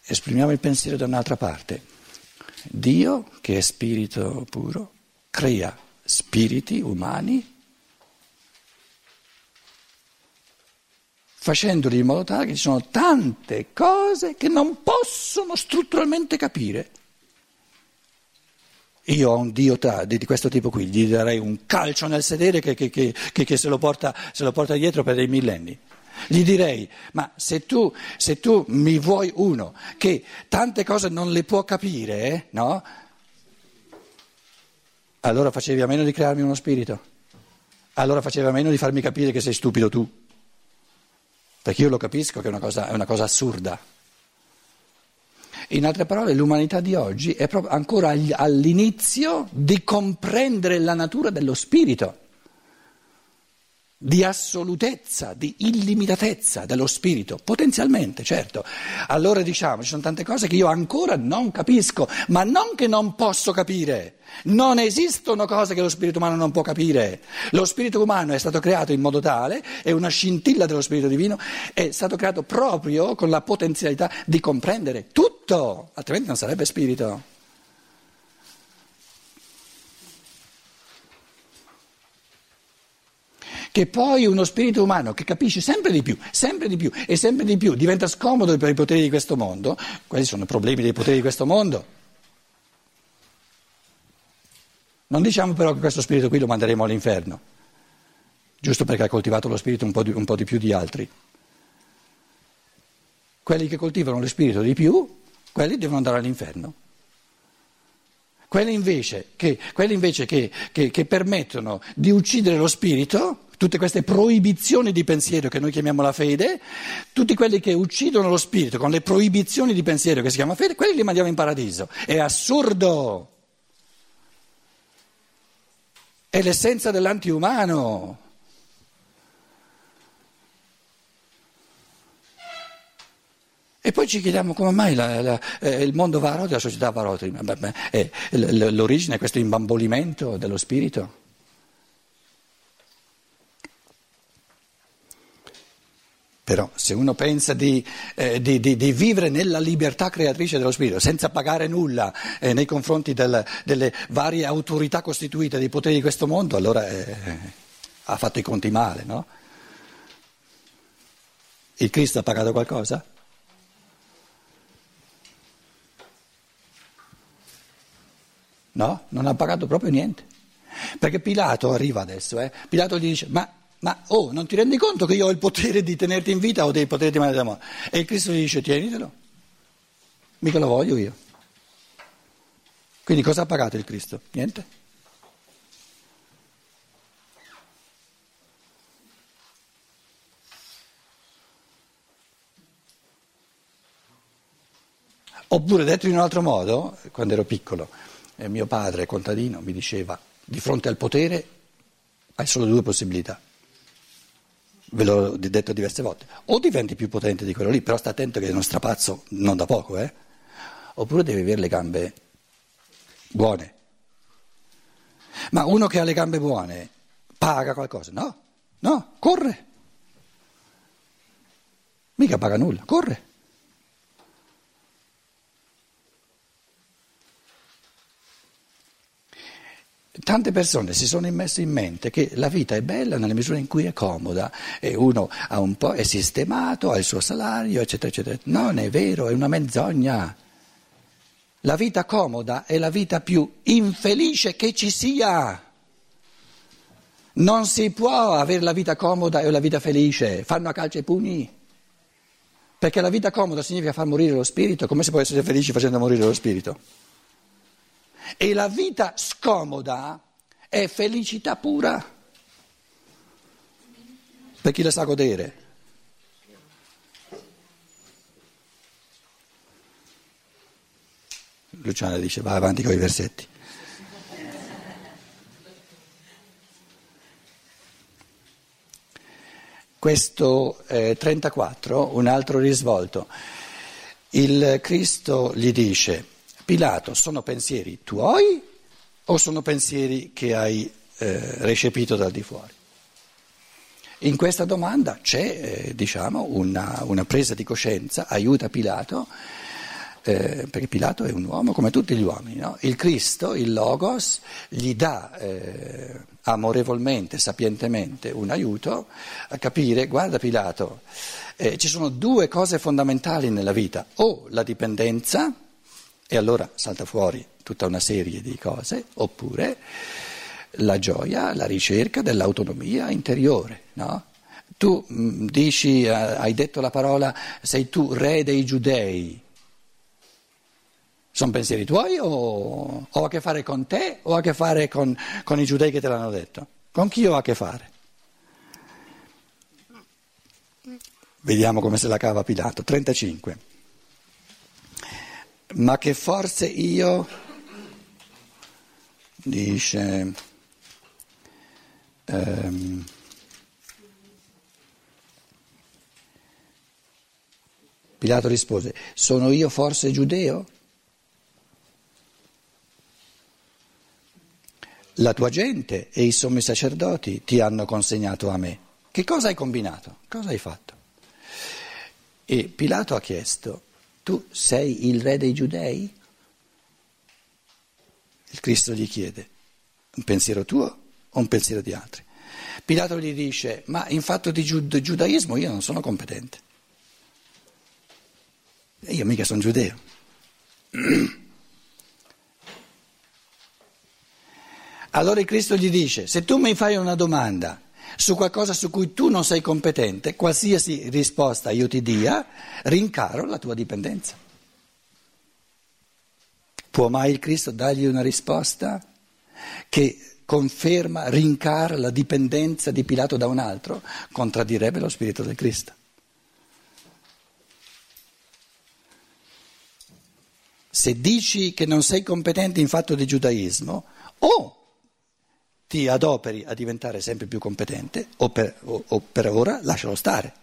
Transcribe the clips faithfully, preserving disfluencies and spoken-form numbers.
esprimiamo il pensiero da un'altra parte. Dio, che è spirito puro, crea spiriti umani facendoli in modo tale che ci sono tante cose che non possono strutturalmente capire. Io ho un Dio tra, di, di questo tipo qui, gli darei un calcio nel sedere che, che, che, che, che se, lo porta, se lo porta dietro per dei millenni. Gli direi, ma se tu, se tu mi vuoi uno che tante cose non le può capire, eh, no? Allora facevi a meno di crearmi uno spirito, allora facevi a meno di farmi capire che sei stupido tu, perché io lo capisco che è una cosa, è una cosa assurda. In altre parole, l'umanità di oggi è proprio ancora all'inizio di comprendere la natura dello spirito, di assolutezza, di illimitatezza dello spirito, potenzialmente, certo. Allora diciamo, ci sono tante cose che io ancora non capisco, ma non che non posso capire. Non esistono cose che lo spirito umano non può capire. Lo spirito umano è stato creato in modo tale, è una scintilla dello spirito divino, è stato creato proprio con la potenzialità di comprendere tutto, altrimenti non sarebbe spirito. Che poi uno spirito umano che capisce sempre di più, sempre di più e sempre di più diventa scomodo per i poteri di questo mondo, questi sono i problemi dei poteri di questo mondo. Non diciamo però che questo spirito qui lo manderemo all'inferno, giusto perché ha coltivato lo spirito un po' di, un po' di più di altri. Quelli che coltivano lo spirito di più, quelli devono andare all'inferno. Quelli invece che, quelli invece che, che, che permettono di uccidere lo spirito, tutte queste proibizioni di pensiero che noi chiamiamo la fede, tutti quelli che uccidono lo spirito con le proibizioni di pensiero che si chiama fede, quelli li mandiamo in paradiso. È assurdo! È l'essenza dell'antiumano. E poi ci chiediamo come mai la, la, eh, il mondo va a rotoli, la società va a rotoli. Beh, beh, eh, l'origine è questo imbambolimento dello spirito. Però se uno pensa di, eh, di, di, di vivere nella libertà creatrice dello spirito, senza pagare nulla eh, nei confronti del, delle varie autorità costituite dei poteri di questo mondo, allora eh, ha fatto i conti male, no? Il Cristo ha pagato qualcosa? No, non ha pagato proprio niente. Perché Pilato arriva adesso, eh? Pilato gli dice, ma... Ma oh, non ti rendi conto che io ho il potere di tenerti in vita o dei poteri di mandare da morte? E il Cristo gli dice, tienitelo, mica lo voglio io. Quindi cosa ha pagato il Cristo? Niente. Oppure, detto in un altro modo, quando ero piccolo, eh, mio padre, contadino, mi diceva, di fronte al potere hai solo due possibilità. Ve l'ho detto diverse volte, o diventi più potente di quello lì, però sta attento che è uno strapazzo non da poco, eh? Oppure devi avere le gambe buone. Ma uno che ha le gambe buone paga qualcosa? No, no, corre. Mica paga nulla, corre. Tante persone si sono immesse in mente che la vita è bella nella misura in cui è comoda e uno ha un po', è sistemato, ha il suo salario, eccetera, eccetera. Non è vero, è una menzogna. La vita comoda è la vita più infelice che ci sia. Non si può avere la vita comoda e la vita felice, fanno a calci e pugni. Perché la vita comoda significa far morire lo spirito, come si può essere felici facendo morire lo spirito? E la vita scomoda è felicità pura, per chi la sa godere. Luciana dice, vai avanti con i versetti. Questo eh, trentaquattro, un altro risvolto. Il Cristo gli dice, Pilato, sono pensieri tuoi o sono pensieri che hai eh, recepito dal di fuori? In questa domanda c'è, eh, diciamo, una, una presa di coscienza, aiuta Pilato eh, perché Pilato è un uomo come tutti gli uomini, no? Il Cristo, il Logos, gli dà eh, amorevolmente, sapientemente un aiuto a capire, guarda Pilato, eh, ci sono due cose fondamentali nella vita, o la dipendenza, e allora salta fuori tutta una serie di cose, oppure la gioia, la ricerca dell'autonomia interiore, no? Tu mh, dici, hai detto la parola, sei tu re dei giudei. Sono pensieri tuoi o, o ha a che fare con te o ha a che fare con, con i giudei che te l'hanno detto? Con chi ho a che fare? Vediamo come se la cava Pilato. trentacinque. Ma che forse io, dice... Um, Pilato rispose, sono io forse giudeo? La tua gente e i sommi sacerdoti ti hanno consegnato a me. Che cosa hai combinato? Cosa hai fatto? E Pilato ha chiesto, tu sei il re dei giudei? Il Cristo gli chiede, un pensiero tuo o un pensiero di altri? Pilato gli dice, ma in fatto di giud- giudaismo io non sono competente. Io mica sono giudeo. Allora il Cristo gli dice, se tu mi fai una domanda su qualcosa su cui tu non sei competente, qualsiasi risposta io ti dia, rincaro la tua dipendenza. Può mai il Cristo dargli una risposta che conferma, rincara la dipendenza di Pilato da un altro? Contraddirebbe lo spirito del Cristo. Se dici che non sei competente in fatto di giudaismo, o ti adoperi a diventare sempre più competente, o per, o, o per ora lascialo stare.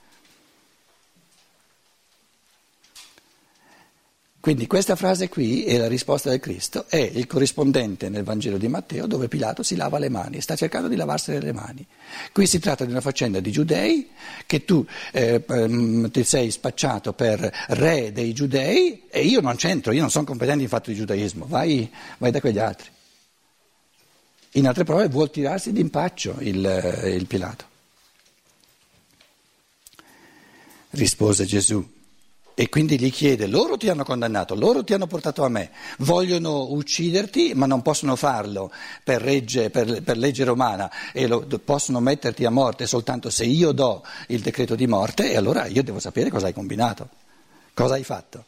Quindi questa frase qui è la risposta del Cristo, è il corrispondente nel Vangelo di Matteo dove Pilato si lava le mani, sta cercando di lavarsene le mani. Qui si tratta di una faccenda di giudei che tu eh, ti sei spacciato per re dei giudei e io non c'entro, io non sono competente in fatto di giudaismo, vai, vai da quegli altri. In altre parole vuol tirarsi d'impaccio il, il Pilato. Rispose Gesù. E quindi gli chiede, loro ti hanno condannato, loro ti hanno portato a me, vogliono ucciderti ma non possono farlo per legge, per, per legge romana e lo, possono metterti a morte soltanto se io do il decreto di morte e allora io devo sapere cosa hai combinato, cosa hai fatto.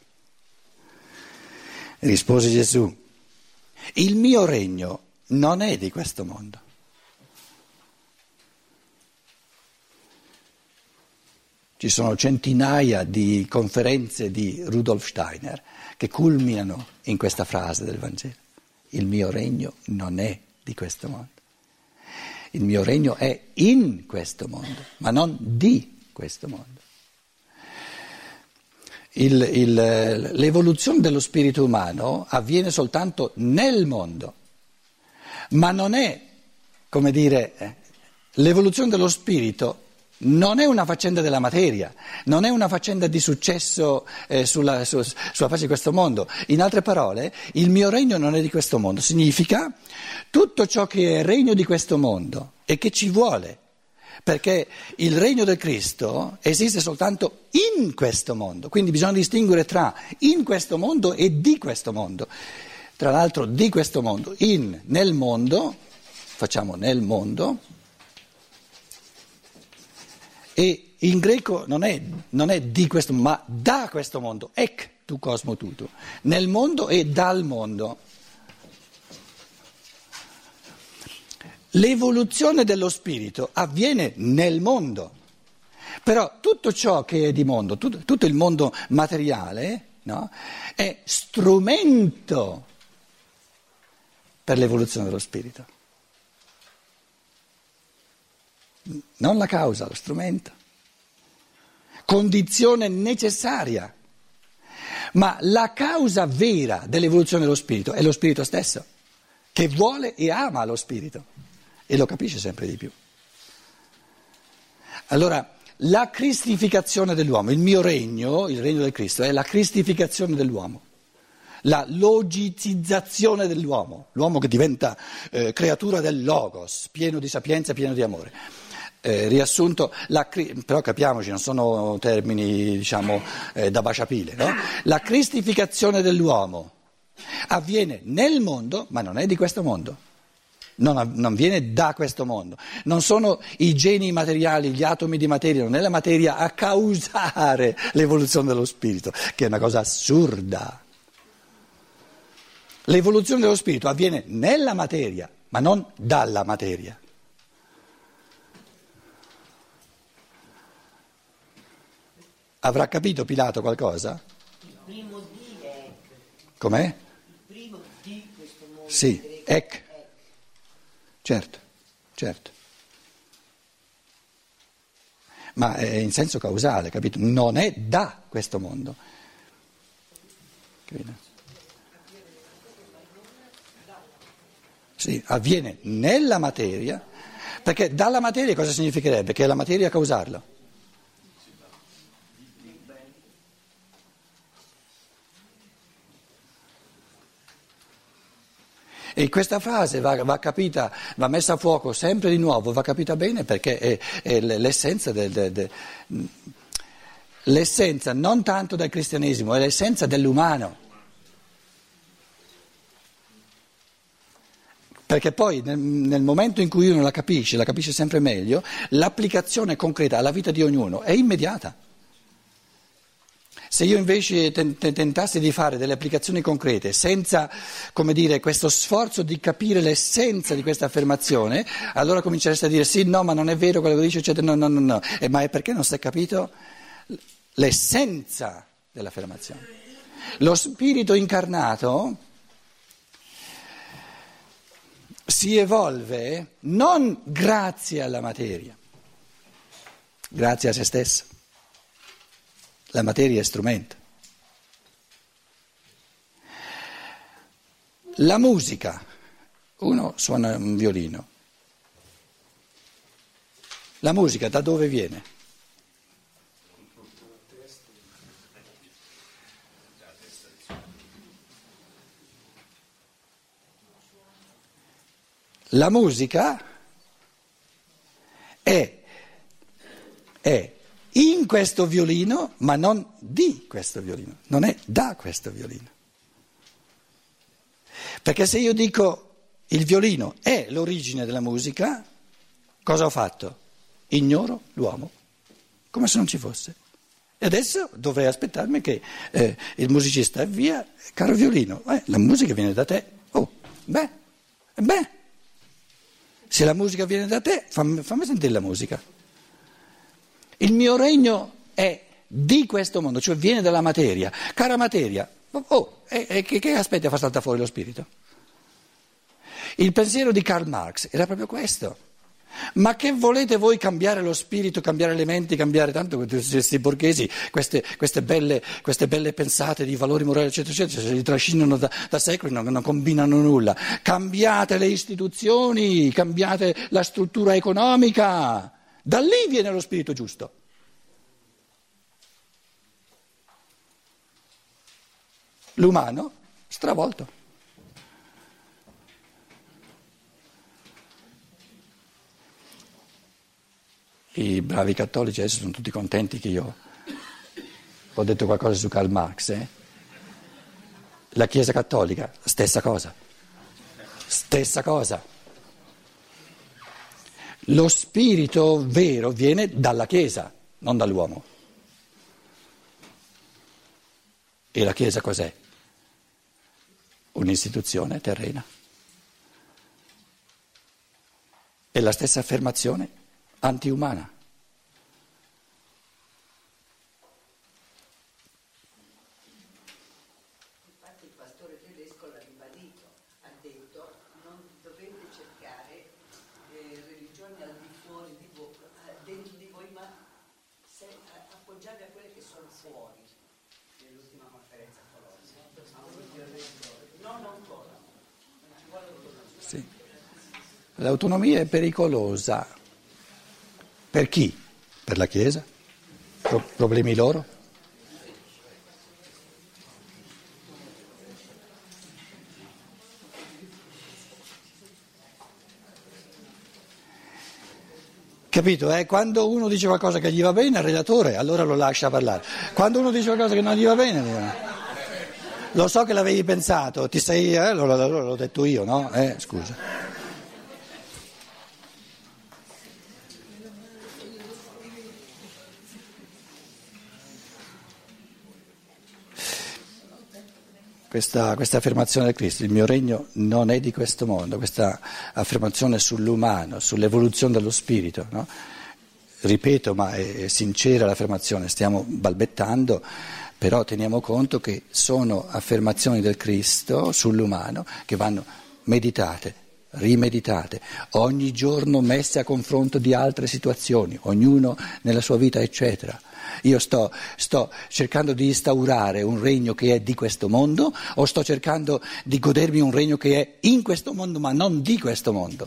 Rispose Gesù, il mio regno non è di questo mondo. Ci sono centinaia di conferenze di Rudolf Steiner che culminano in questa frase del Vangelo. Il mio regno non è di questo mondo. Il mio regno è in questo mondo, ma non di questo mondo. Il, il, l'evoluzione dello spirito umano avviene soltanto nel mondo, ma non è, come dire, l'evoluzione dello spirito non è una faccenda della materia, non è una faccenda di successo eh, sulla, su, sulla faccia di questo mondo. In altre parole, il mio regno non è di questo mondo, significa tutto ciò che è regno di questo mondo e che ci vuole, perché il regno del Cristo esiste soltanto in questo mondo, quindi bisogna distinguere tra in questo mondo e di questo mondo. Tra l'altro di questo mondo, in, nel mondo, facciamo nel mondo, e in greco non è, non è di questo, ma da questo mondo, ek tu cosmo tutu, nel mondo e dal mondo. L'evoluzione dello spirito avviene nel mondo, però tutto ciò che è di mondo, tutto, tutto il mondo materiale, no, è strumento per l'evoluzione dello spirito. Non la causa, lo strumento. Condizione necessaria. Ma la causa vera dell'evoluzione dello spirito è lo spirito stesso, che vuole e ama lo spirito e lo capisce sempre di più. Allora, la cristificazione dell'uomo, il mio regno, il regno del Cristo, è la cristificazione dell'uomo, la logicizzazione dell'uomo, l'uomo che diventa eh, creatura del Logos, pieno di sapienza, pieno di amore. Eh, riassunto, la, però capiamoci, non sono termini diciamo eh, da baciapile, no? La cristificazione dell'uomo avviene nel mondo, ma non è di questo mondo, non, non viene da questo mondo, non sono i geni materiali, gli atomi di materia, non è la materia a causare l'evoluzione dello spirito, che è una cosa assurda. L'evoluzione dello spirito avviene nella materia, ma non dalla materia. Avrà capito Pilato qualcosa? Il primo di è Com'è? il primo di questo mondo. Sì, greco, ec. ec. Certo, certo. Ma è in senso causale, capito? Non è da questo mondo. Capito? Sì, avviene nella materia, perché dalla materia cosa significherebbe? Che è la materia a causarlo. E questa frase va, va capita, va messa a fuoco sempre di nuovo, va capita bene perché è, è l'essenza, del, del, del, l'essenza non tanto del cristianesimo, è l'essenza dell'umano. Perché poi nel, nel momento in cui uno la capisce, la capisce sempre meglio, l'applicazione concreta alla vita di ognuno è immediata. Se io invece tentassi di fare delle applicazioni concrete senza, come dire, questo sforzo di capire l'essenza di questa affermazione, allora cominceresti a dire sì, no, ma non è vero quello che dice, eccetera, no, no, no, no. E ma è perché non si è capito l'essenza dell'affermazione. Lo spirito incarnato si evolve non grazie alla materia, grazie a se stesso. La materia è strumento. La musica, uno suona un violino. La musica da dove viene? La musica è, è in questo violino, ma non di questo violino, non è da questo violino. Perché se io dico il violino è l'origine della musica, cosa ho fatto? Ignoro l'uomo, come se non ci fosse. E adesso dovrei aspettarmi che eh, il musicista via, caro violino, eh, la musica viene da te. Oh, beh, beh, se la musica viene da te, fammi, fammi sentire la musica. Il mio regno è di questo mondo, cioè viene dalla materia. Cara materia, oh, e, e, che, che aspetti a far saltare fuori lo spirito? Il pensiero di Karl Marx era proprio questo. Ma che volete voi cambiare lo spirito, cambiare le menti, cambiare tanto questi borghesi, queste, queste, belle, queste belle pensate di valori morali, eccetera, eccetera, se li trascinano da, da secoli, non, non combinano nulla. Cambiate le istituzioni, cambiate la struttura economica. Da lì viene lo spirito giusto. L'umano stravolto. I bravi cattolici adesso sono tutti contenti che io ho detto qualcosa su Karl Marx. Eh? La Chiesa cattolica, stessa cosa. Stessa cosa. Lo spirito vero viene dalla Chiesa, non dall'uomo. E la Chiesa cos'è? Un'istituzione terrena. È la stessa affermazione antiumana. Infatti il pastore tedesco l'ha ribadito, ha detto non dovete cercare eh, religioni al di fuori di voi, dentro di voi, ma se, appoggiarvi a quelle che sono fuori. Nell'ultima conferenza a Colonia. Non ancora, non ci vuole autonomia. Sì. L'autonomia è pericolosa. Per chi? per la Chiesa, Pro- problemi loro. Capito? Eh? Quando uno dice qualcosa che gli va bene al relatore, allora lo lascia parlare. Quando uno dice qualcosa che non gli va bene, lo so che l'avevi pensato, ti sei, eh? l'ho, l'ho, l'ho detto io, no? Eh, scusa. Questa, questa affermazione del Cristo, il mio regno non è di questo mondo, questa affermazione sull'umano, sull'evoluzione dello spirito, no? Ripeto, ma è sincera l'affermazione, stiamo balbettando, però teniamo conto che sono affermazioni del Cristo sull'umano che vanno meditate, rimeditate, ogni giorno messe a confronto di altre situazioni, ognuno nella sua vita, eccetera. Io sto, sto cercando di instaurare un regno che è di questo mondo o sto cercando di godermi un regno che è in questo mondo ma non di questo mondo?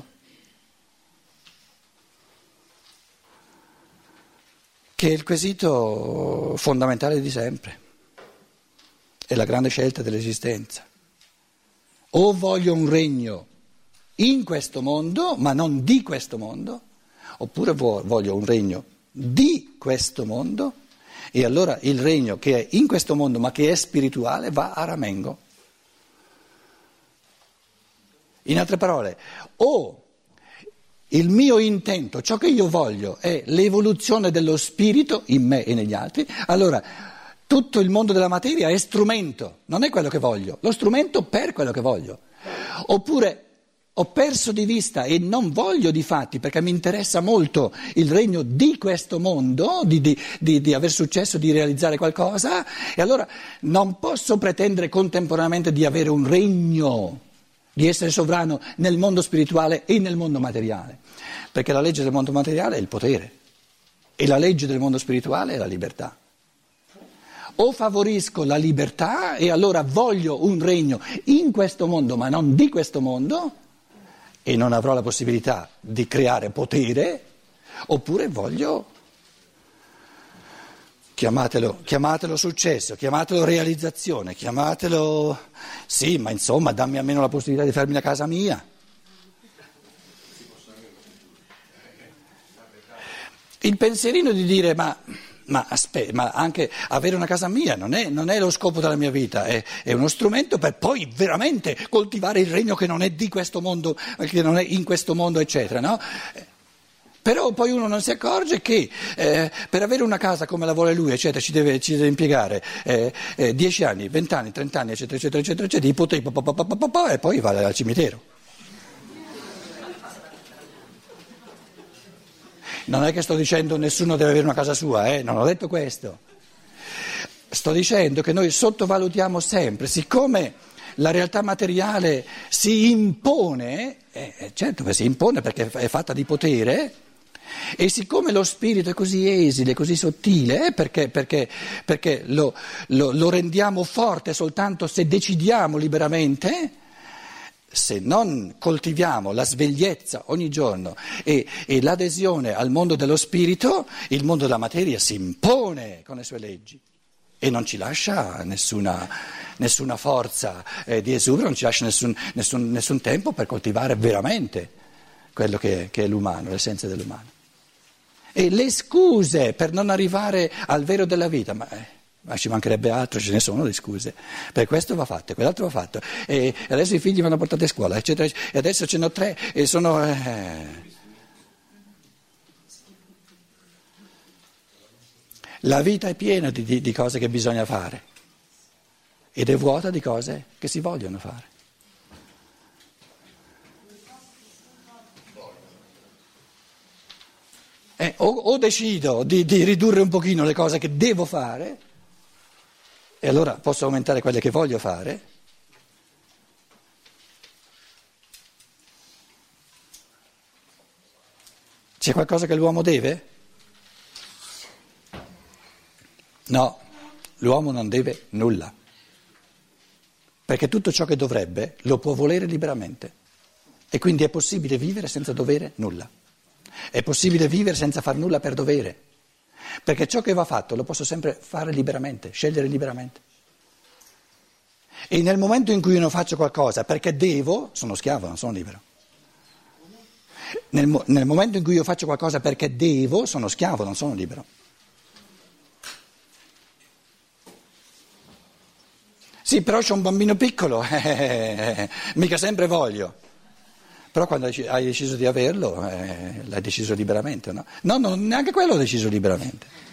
Che è il quesito fondamentale di sempre, è la grande scelta dell'esistenza. O voglio un regno in questo mondo ma non di questo mondo, oppure voglio un regno di questo mondo e allora il regno che è in questo mondo ma che è spirituale va a ramengo. In altre parole, o il mio intento, ciò che io voglio è l'evoluzione dello spirito in me e negli altri, allora tutto il mondo della materia è strumento, non è quello che voglio, lo strumento per quello che voglio. Oppure ho perso di vista e non voglio di fatti perché mi interessa molto il regno di questo mondo, di, di, di, di aver successo, di realizzare qualcosa, e allora non posso pretendere contemporaneamente di avere un regno, di essere sovrano nel mondo spirituale e nel mondo materiale, perché la legge del mondo materiale è il potere e la legge del mondo spirituale è la libertà. O favorisco la libertà e allora voglio un regno in questo mondo ma non di questo mondo, e non avrò la possibilità di creare potere, oppure voglio, chiamatelo, chiamatelo successo, chiamatelo realizzazione, chiamatelo, sì, ma insomma dammi almeno la possibilità di farmi una casa mia. Il pensierino di dire ma... Ma, aspetta, ma anche avere una casa mia non è, non è lo scopo della mia vita, è, è uno strumento per poi veramente coltivare il regno che non è di questo mondo, che non è in questo mondo, eccetera, no? Però poi uno non si accorge che eh, per avere una casa come la vuole lui, eccetera, ci deve, ci deve impiegare eh, eh, dieci anni, venti anni, trenta anni, eccetera, eccetera, eccetera, eccetera, ipoteca, pa, pa, pa, pa, pa, e poi va al cimitero. Non è che sto dicendo nessuno deve avere una casa sua, eh? Non ho detto questo. Sto dicendo che noi sottovalutiamo sempre, siccome la realtà materiale si impone, eh, certo che si impone perché è fatta di potere, e siccome lo spirito è così esile, così sottile, eh, perché, perché, perché lo, lo, lo rendiamo forte soltanto se decidiamo liberamente. Se non coltiviamo la svegliezza ogni giorno e, e l'adesione al mondo dello spirito, il mondo della materia si impone con le sue leggi e non ci lascia nessuna, nessuna forza eh, di esubero, non ci lascia nessun, nessun, nessun tempo per coltivare veramente quello che, che è l'umano, l'essenza dell'umano. E le scuse per non arrivare al vero della vita, ma... Eh, Ma ci mancherebbe altro, ce ne sono di scuse. Per questo va fatto, quell'altro va fatto. E adesso i figli vanno portati a scuola, eccetera, eccetera. E adesso ce ne ho tre e sono... Eh. La vita è piena di, di, di cose che bisogna fare ed è vuota di cose che si vogliono fare. Eh, o, o decido di, di ridurre un pochino le cose che devo fare, e allora posso aumentare quelle che voglio fare, c'è qualcosa che l'uomo deve? No, l'uomo non deve nulla, perché tutto ciò che dovrebbe lo può volere liberamente e quindi è possibile vivere senza dovere nulla, è possibile vivere senza far nulla per dovere. Perché ciò che va fatto lo posso sempre fare liberamente, scegliere liberamente. E nel momento in cui io non faccio qualcosa perché devo, sono schiavo, non sono libero. Nel, nel momento in cui io faccio qualcosa perché devo, sono schiavo, non sono libero. Sì, però c'è un bambino piccolo, eh, mica sempre voglio. Però quando hai deciso di averlo, eh, l'hai deciso liberamente, no? No, no, neanche quello l'ho deciso liberamente.